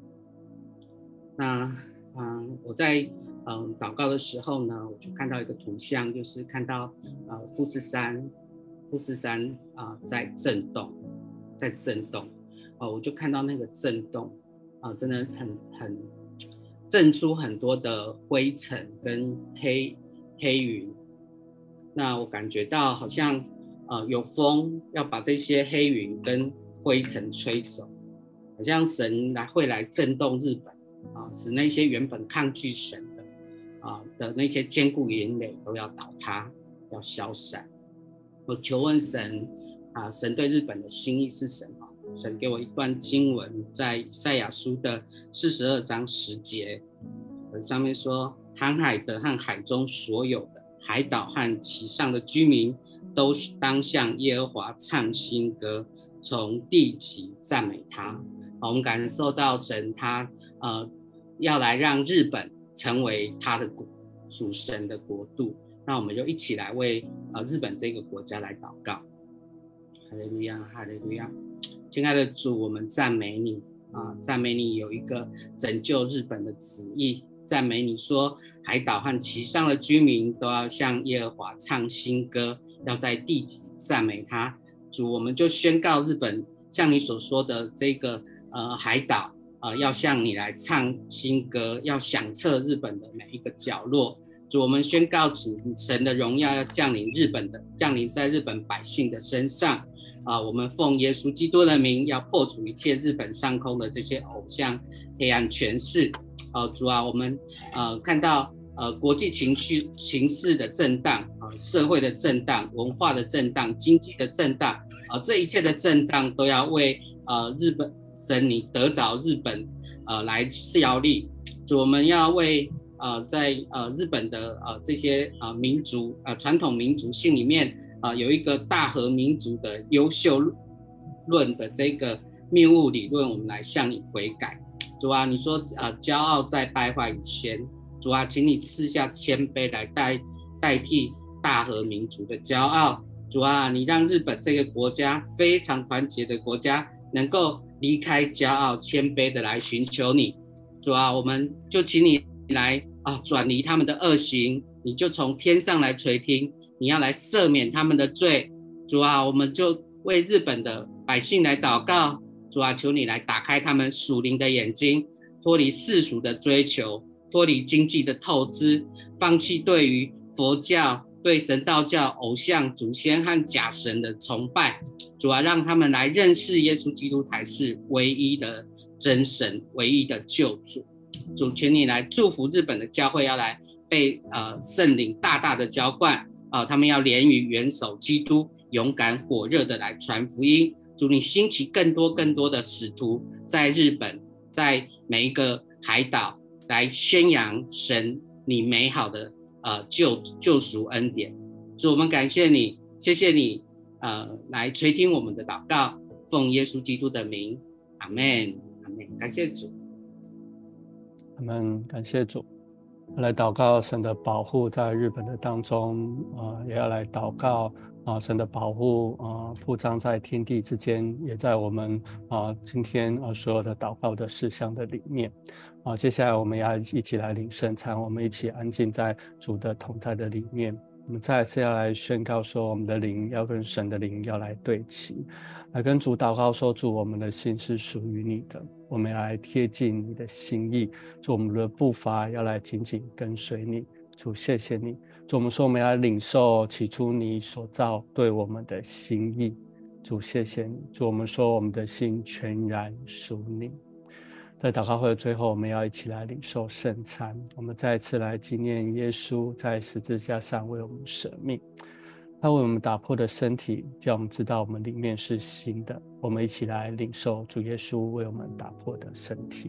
那我在祷告的时候呢，我就看到一个图像，就是看到富士山在震动，我就看到那个震动真的很震出很多的灰尘跟黑云。那我感觉到好像有风要把这些黑云跟灰尘吹走，好像神会来震动日本使那些原本抗拒神的那些坚固营垒都要倒塌，要消散。我求问神神对日本的心意是什么？神给我一段经文，在以赛亚书的42章10节，上面说：航海的和海中所有的，海岛和其上的居民，都当向耶和华唱新歌，从地极赞美他。我们感受到神他要来让日本成为他的属神的国度。那我们就一起来为日本这个国家来祷告。哈利路亚，哈利路亚。亲爱的主，我们赞美你赞美你有一个拯救日本的旨意，赞美你说海岛和其上的居民都要向耶和华唱新歌，要在地极赞美他。主，我们就宣告日本像你所说的这个海岛要向你来唱新歌，要响彻日本的每一个角落。主，我们宣告主神的荣耀要降临在日本百姓的身上我们奉耶稣基督的名，要破除一切日本上空的这些偶像黑暗权势主我们看到国际情势的震荡社会的震荡，文化的震荡，经济的震荡这一切的震荡都要为日本神你得着日本来效力。主，我们要为在日本的这些民族传统民族性里面有一个大和民族的优秀论的这个谬误理论，我们来向你悔改。主你说骄傲在败坏以前，主请你赐下谦卑来代替大和民族的骄傲。主你让日本这个国家非常团结的国家能够离开骄傲，谦卑的来寻求你。主我们就请你来转离他们的恶行，你就从天上来垂听，你要来赦免他们的罪。主我们就为日本的百姓来祷告。主求你来打开他们属灵的眼睛，脱离世俗的追求，脱离经济的透支，放弃对于佛教、对神道教、偶像、祖先和假神的崇拜。主让他们来认识耶稣基督才是唯一的真神，唯一的救主。主，请你来祝福日本的教会，要来被圣灵大大的浇灌他们要连于元首基督，勇敢火热的来传福音。主，你兴起更多的使徒在日本，在每一个海岛来宣扬神你美好的救赎恩典。主，我们感谢你，谢谢你来垂听我们的祷告，奉耶稣基督的名，阿们，阿们。感谢主， 阿们，感谢主。来祷告神的保护在日本的当中也要来祷告神的保护铺张在天地之间，也在我们今天所有的祷告的事项的里面接下来我们要一起来领圣餐，我们一起安静在主的同在的里面。我们再一次要来宣告说，我们的灵要跟神的灵要来对齐，来跟主祷告说，主，我们的心是属于你的，我们要来贴近你的心意。主，我们的步伐要来紧紧跟随你。主，谢谢你。主，我们说我们要领受起初你所造对我们的心意。主，谢谢你。主，我们说我们的心全然属你。在祷告会的最后，我们要一起来领受圣餐，我们再一次来纪念耶稣在十字架上为我们舍命，他为我们打破的身体，叫我们知道我们里面是新的。我们一起来领受主耶稣为我们打破的身体。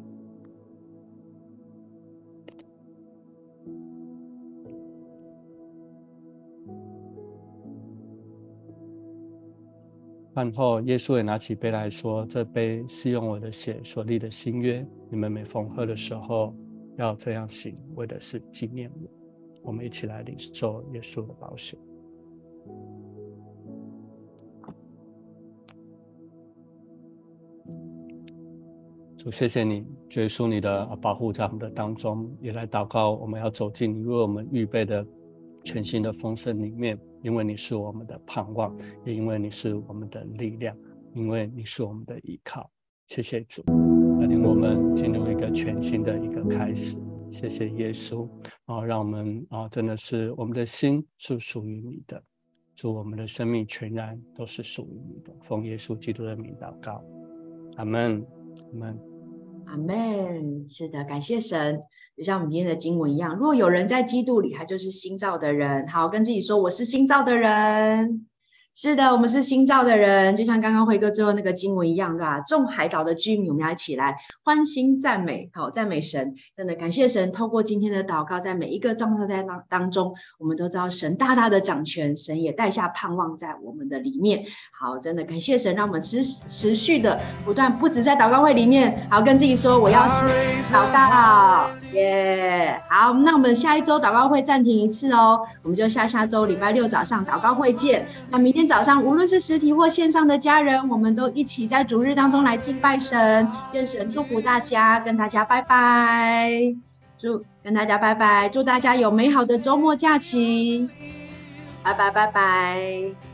饭后，耶稣也拿起杯来说：“这杯是用我的血所立的新约，你们每逢喝的时候，要这样行，为的是纪念我。”我们一起来领受耶稣的宝血。主，谢谢你，耶稣，你的保护在我们的当中，也来祷告，我们要走进你为我们预备的全新的丰盛里面，因为你是我们的盼望，也因为你是我们的力量，因为你是我们的依靠。谢谢主，带领我们进入一个全新的一个开始。谢谢耶稣，让我们真的是我们的心是属于你的，主，我们的生命全然都是属于你的。奉耶稣基督的名祷告，阿们，阿们， 阿们。是的，感谢神。就像我们今天的经文一样，若有人在基督里，他就是新造的人。好，跟自己说，我是新造的人。是的，我们是新造的人，就像刚刚辉哥最后那个经文一样，对吧？众海岛的居民，我们要一起来欢欣赞美，好，赞美神。真的感谢神，透过今天的祷告，在每一个状态当中，我们都知道神大大的掌权，神也带下盼望在我们的里面。好，真的感谢神，让我们持续的不断，不止在祷告会里面，好，跟自己说，我要是祷告。耶，好，那我们下一周祷告会暂停一次哦，我们就下周礼拜六早上祷告会见。那明天早上，无论是实体或线上的家人，我们都一起在主日当中来敬拜神，愿神祝福大家，跟大家拜拜，跟大家拜拜，祝大家有美好的周末假期，拜拜拜拜。